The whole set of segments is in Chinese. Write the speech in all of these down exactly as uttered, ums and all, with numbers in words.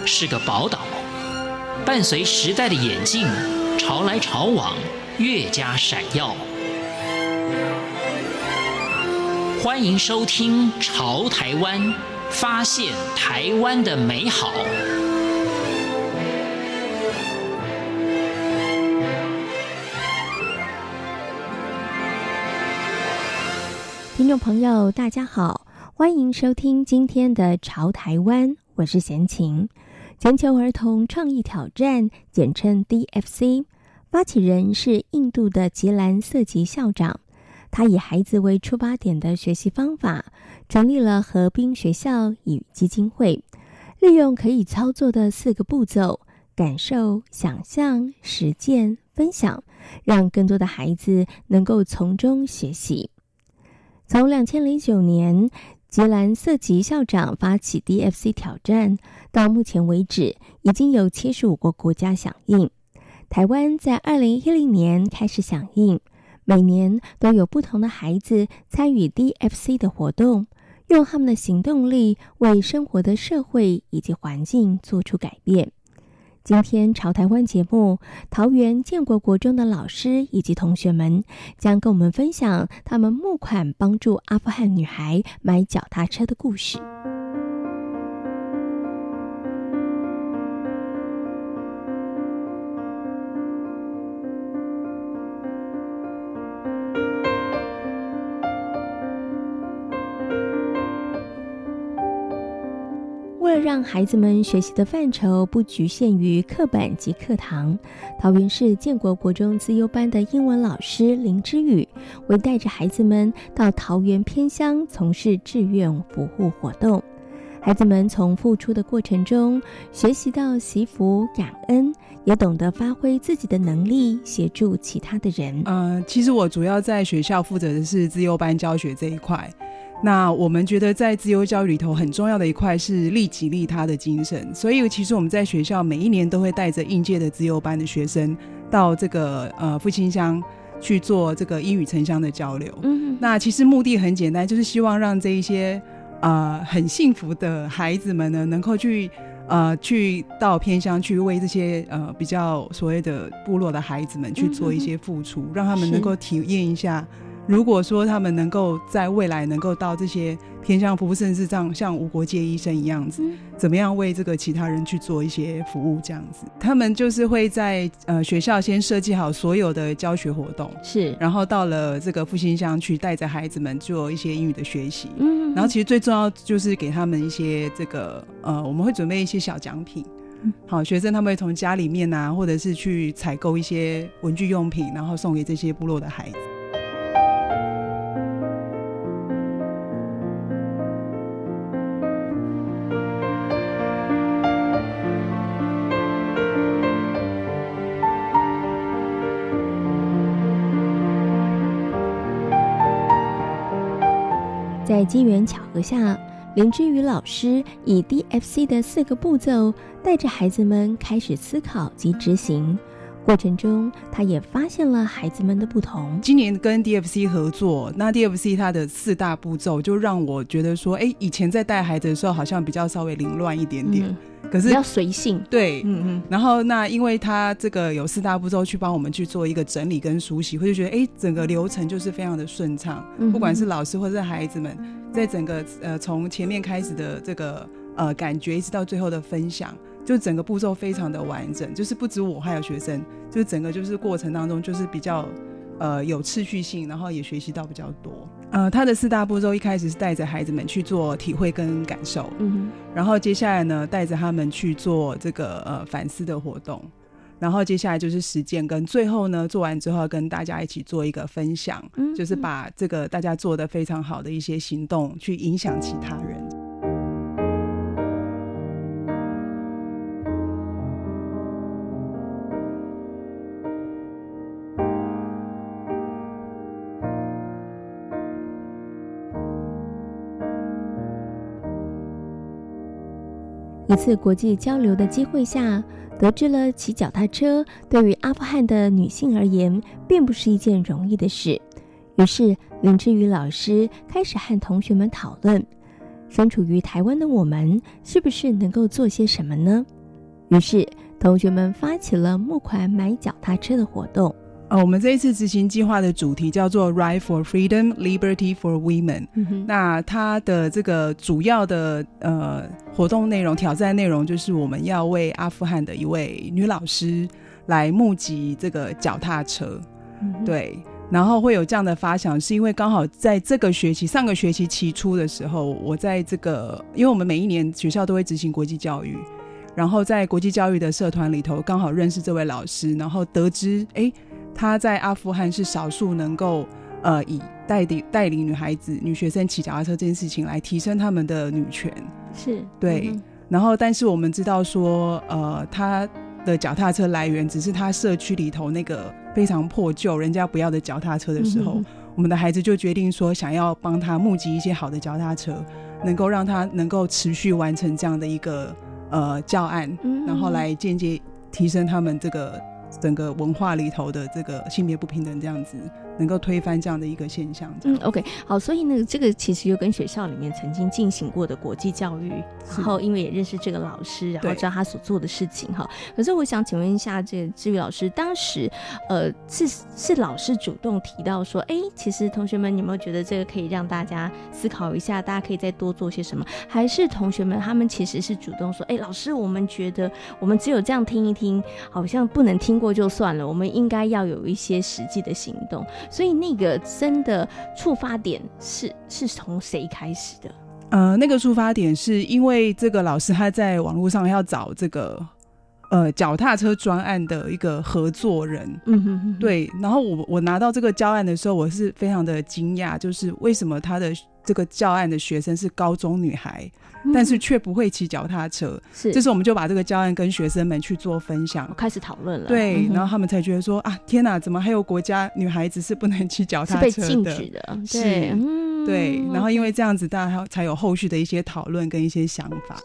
是个宝岛，伴随时代的演进，潮来潮往，越加闪耀。欢迎收听《潮台湾》，发现台湾的美好。 听众朋友大家好，欢迎收听今天的潮台湾，我是贤琴。全球儿童创意挑战简称 D F C， 发起人是印度的吉兰瑟吉校长，他以孩子为出发点的学习方法，成立了河滨学校与基金会，利用可以操作的四个步骤，感受、想象、实践、分享，让更多的孩子能够从中学习。从二零零九年吉兰瑟吉校长发起 D F C 挑战，到目前为止已经有七十五个国家响应。台湾在二零一零年开始响应，每年都有不同的孩子参与 D F C 的活动，用他们的行动力为生活的社会以及环境做出改变。今天潮台湾节目，桃园建国国中的老师以及同学们将跟我们分享他们募款帮助阿富汗女孩买脚踏车的故事。为了让孩子们学习的范畴不局限于课本及课堂，桃园市建国国中资优班的英文老师林之宇为带着孩子们到桃园偏乡从事志愿服务活动。孩子们从付出的过程中学习到惜福感恩，也懂得发挥自己的能力协助其他的人。 呃，其实我主要在学校负责的是资优班教学这一块。那我们觉得在资优教育里头很重要的一块是利己利他的精神，所以其实我们在学校每一年都会带着应届的资优班的学生到这个呃复兴乡去做这个英语城乡的交流。嗯，那其实目的很简单，就是希望让这一些呃很幸福的孩子们呢，能够去呃去到偏乡去为这些呃比较所谓的部落的孩子们去做一些付出，嗯，让他们能够体验一下。如果说他们能够在未来能够到这些偏向服务，甚至像像无国界医生一样子，嗯，怎么样为这个其他人去做一些服务这样子。他们就是会在呃学校先设计好所有的教学活动，是，然后到了这个复兴乡去带着孩子们做一些英语的学习。嗯，然后其实最重要就是给他们一些这个呃我们会准备一些小奖品。好，学生他们会从家里面啊，或者是去采购一些文具用品，然后送给这些部落的孩子。 在机缘巧合下，林之宇老师以 D F C 的四个步骤带着孩子们开始思考及执行，过程中他也发现了孩子们的不同。 今年跟 D F C 合作，那 D F C 它的四大步骤就让我觉得说，哎，以前在带孩子的时候好像比较稍微凌乱一点点，嗯，可是比较随性。 对，嗯嗯。然后那因为他这个有四大步骤去帮我们去做一个整理跟梳洗，会就觉得哎，整个流程就是非常的顺畅，嗯，不管是老师或者是孩子们，在整个呃从前面开始的这个呃感觉，一直到最后的分享，就整个步骤非常的完整，就是不止我还有学生，就是整个就是过程当中就是比较呃有次序性，然后也学习到比较多。呃，他的四大步骤一开始是带着孩子们去做体会跟感受，嗯，然后接下来呢带着他们去做这个呃反思的活动，然后接下来就是实践，跟最后呢做完之后跟大家一起做一个分享，嗯，就是把这个大家做得非常好的一些行动去影响其他人。 一次国际交流的机会下，得知了骑脚踏车对于阿富汗的女性而言并不是一件容易的事。于是林之宇老师开始和同学们讨论，身处于台湾的我们是不是能够做些什么呢？ 于是同学们发起了募款买脚踏车的活动。 呃，我们这一次执行计划的主题叫做 Ride for Freedom, Liberty for Women、嗯、那它的这个主要的呃活动内容挑战内容就是我们要为阿富汗的一位女老师来募集这个脚踏车、嗯、对，然后会有这样的发想是因为刚好在这个学期上个学期期初的时候，我在这个因为我们每一年学校都会执行国际教育，然后在国际教育的社团里头刚好认识这位老师，然后得知哎他在阿富汗是少数能够呃以带领带领女孩子女学生骑脚踏车这件事情来提升他们的女权， 是对、嗯、然后但是我们知道说呃他的脚踏车来源只是他社区里头那个非常破旧人家不要的脚踏车的时候、嗯、我们的孩子就决定说想要帮他募集一些好的脚踏车，能够让他能够持续完成这样的一个呃教案、嗯、然后来间接提升他们这个整个文化里头的这个性别不平等，这样子能够推翻这样的一个现象。 嗯 OK 好，所以呢这个其实就跟学校里面曾经进行过的国际教育，然后因为也认识这个老师，然后知道他所做的事情哈。可是我想请问一下这个芝瑜老师，当时呃是是老师主动提到说哎其实同学们你有没有觉得这个可以让大家思考一下，大家可以再多做些什么，还是同学们他们其实是主动说哎老师我们觉得我们只有这样听一听好像不能听过就算了，我们应该要有一些实际的行动，所以那个真的触发点是是从谁开始的？ 呃，那个触发点是因为这个老师他在网络上要找这个呃脚踏车专案的一个合作人，嗯哼哼，对，然后我我拿到这个教案的时候，我是非常的惊讶，就是为什么他的这个教案的学生是高中女孩，嗯、但是却不会骑脚踏车，是，这时候我们就把这个教案跟学生们去做分享， 开始讨论了， 对、嗯，然后他们才觉得说啊，天哪，怎么还有国家女孩子是不能骑脚踏车的， 是被禁止的， 是， 对， 嗯、对，然后因为这样子，大家才有后续的一些讨论跟一些想法。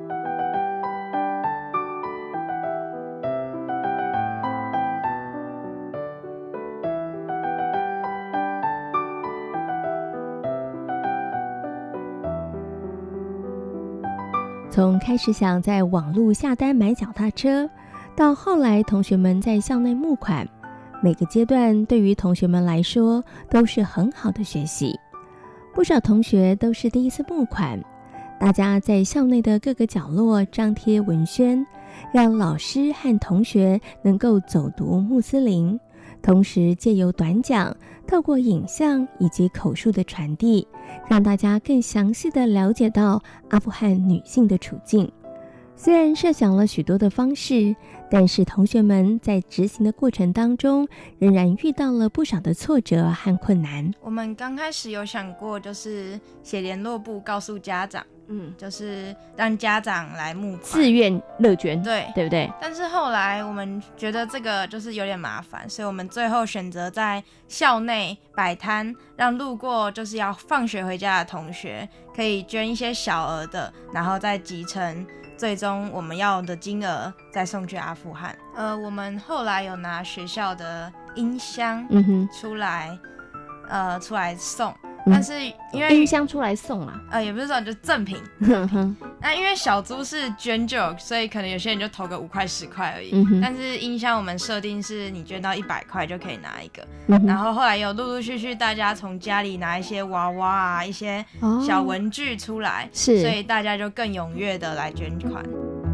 从开始想在网络下单买脚踏车，到后来同学们在校内募款，每个阶段对于同学们来说都是很好的学习。不少同学都是第一次募款，大家在校内的各个角落张贴文宣，让老师和同学能够走读穆斯林，同时借由短讲，透过影像以及口述的传递，让大家更详细地了解到阿富汗女性的处境。虽然设想了许多的方式，但是同学们在执行的过程当中，仍然遇到了不少的挫折和困难。 我们刚开始有想过，就是写联络簿告诉家长，嗯，就是让家长来募款， 自愿乐捐， 对， 对不对？ 但是后来我们觉得这个就是有点麻烦，所以我们最后选择在校内摆摊，让路过就是要放学回家的同学可以捐一些小额的，然后再集成最终我们要的金额再送去阿富汗。呃，我们后来有拿学校的音箱出来，嗯、呃，出来送。但是因为音箱出来送啊， 呃，也不是说就赠品。那因为小猪是捐就，所以可能有些人就投个五块十块而已、嗯。但是音箱我们设定是你捐到一百块就可以拿一个、嗯。然后后来有陆陆续续大家从家里拿一些娃娃啊、一些小文具出来，是、哦，所以大家就更踊跃的来捐款。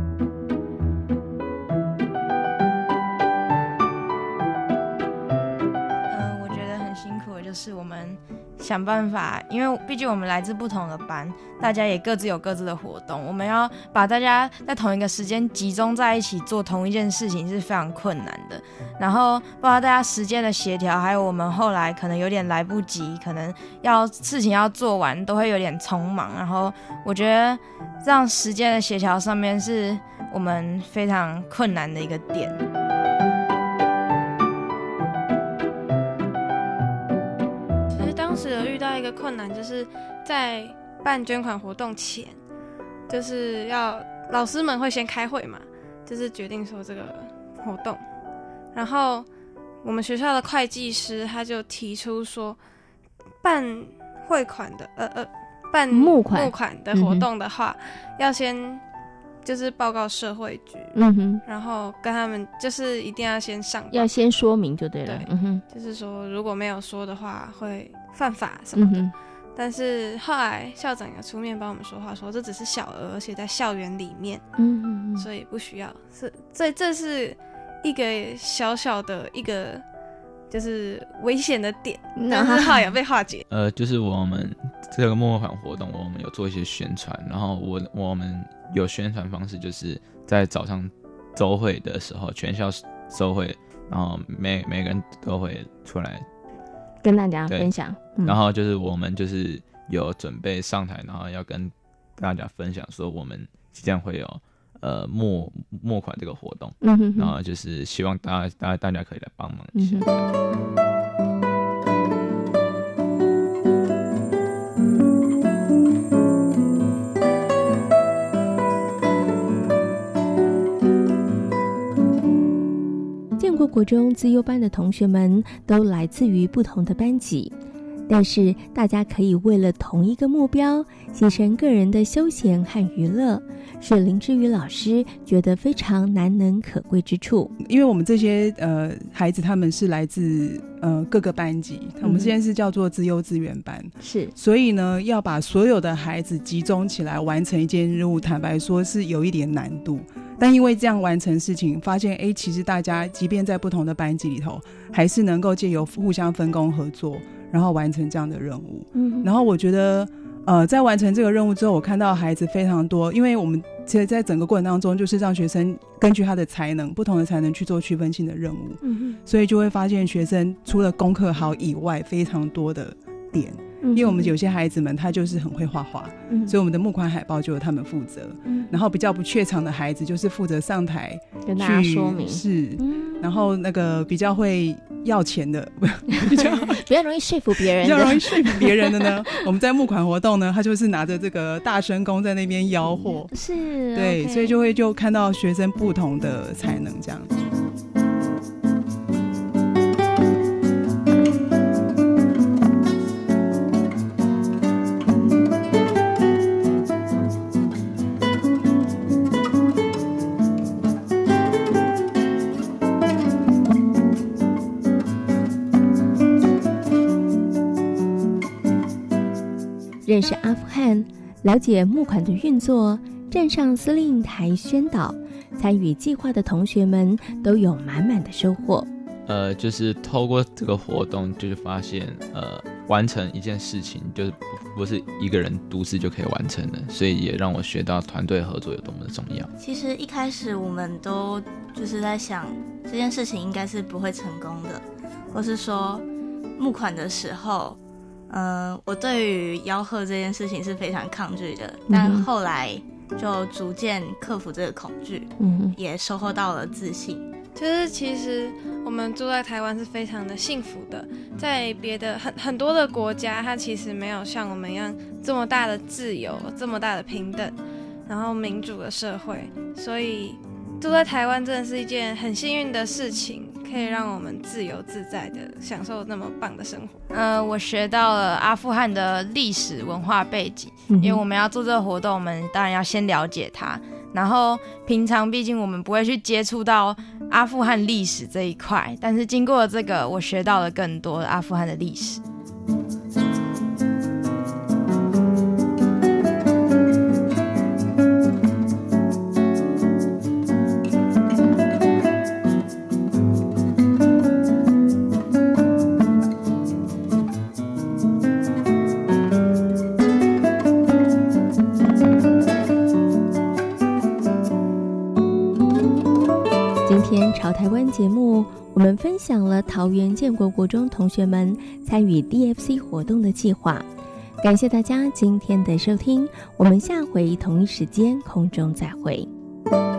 呃，我觉得很辛苦的就是我们想办法，因为毕竟我们来自不同的班，大家也各自有各自的活动，我们要把大家在同一个时间集中在一起做同一件事情是非常困难的。然后包括大家时间的协调，还有我们后来可能有点来不及，可能要事情要做完都会有点匆忙，然后我觉得这样时间的协调上面是我们非常困难的一个点。 当时有遇到一个困难，就是在办捐款活动前，就是要老师们会先开会嘛，就是决定说这个活动，然后我们学校的会计师他就提出说，办汇款的呃呃办募款募款的活动的话，嗯、要先就是报告社会局， 嗯哼， 然后跟他们就是一定要先上报， 要先说明就对了。 对， 嗯哼， 就是说如果没有说的话会犯法什么的。 嗯哼， 但是后来校长有出面帮我们说话，说这只是小额，而且在校园里面， 嗯哼， 所以不需要。是，所以这是一个小小的一个就是危险的点，但是后来有被化解。 呃，就是我们这个募款活动，我们有做一些宣传，然后我我们有宣传方式，就是在早上周会的时候，全校周会，然后每每个人都会出来跟大家分享。嗯、 然后就是我们就是有准备上台，然后要跟大家分享说我们即将会有呃募募款这个活动， 嗯哼哼， 然后就是希望大家大家大家可以来帮忙一下。 嗯建国国中资优班的同学们都来自于不同的班级，但是大家可以为了同一个目标牺牲个人的休闲和娱乐，是林志宇老师觉得非常难能可贵之处。 因为我们这些呃孩子他们是来自呃各个班级，我们现在是叫做资优资源班， 是， 所以呢要把所有的孩子集中起来完成一件任务，坦白说是有一点难度。但因为这样完成事情，发现哎，其实大家即便在不同的班级里头，还是能够借由互相分工合作，然后完成这样的任务。嗯，然后我觉得呃，在完成这个任务之后，我看到孩子非常多，因为我们其实在整个过程当中，就是让学生根据他的才能，不同的才能去做区分性的任务。嗯，所以就会发现学生除了功课好以外，非常多的点。因为我们有些孩子们他就是很会画画，嗯，所以我们的募款海报就由他们负责，嗯，然后比较不怯场的孩子就是负责上台跟大家说明， 是，嗯，然后那个比较会要钱的比较比较容易说服别人的比较容易说服别人的呢我们在募款活动呢，他就是拿着这个大声公在那边吆喝， 嗯，是， 对， okay， 所以就会就看到学生不同的才能这样子。 认识阿富汗，了解募款的运作，站上司令台宣导，参与计划的同学们都有满满的收获。 呃，就是透过这个活动，就是发现，呃，完成一件事情，就是不是一个人独自就可以完成的，所以也让我学到团队合作有多么的重要。 其实一开始我们都就是在想，这件事情应该是不会成功的，或是说募款的时候，呃，我对于吆喝这件事情是非常抗拒的，但后来就逐渐克服这个恐惧，嗯，也收获到了自信。 就是其实我们住在台湾是非常的幸福的，在别的很很多的国家，它其实没有像我们一样这么大的自由，这么大的平等，然后民主的社会，所以住在台湾真的是一件很幸运的事情，可以让我们自由自在的享受那么棒的生活。 呃，我学到了阿富汗的历史文化背景，嗯，因为我们要做这个活动，我们当然要先了解它。然后平常毕竟我们不会去接触到阿富汗历史这一块，但是经过了这个，我学到了更多阿富汗的历史。 潮台湾节目，我们分享了桃园建国国中同学们参与 D F C 活动的计划。感谢大家今天的收听，我们下回同一时间空中再会。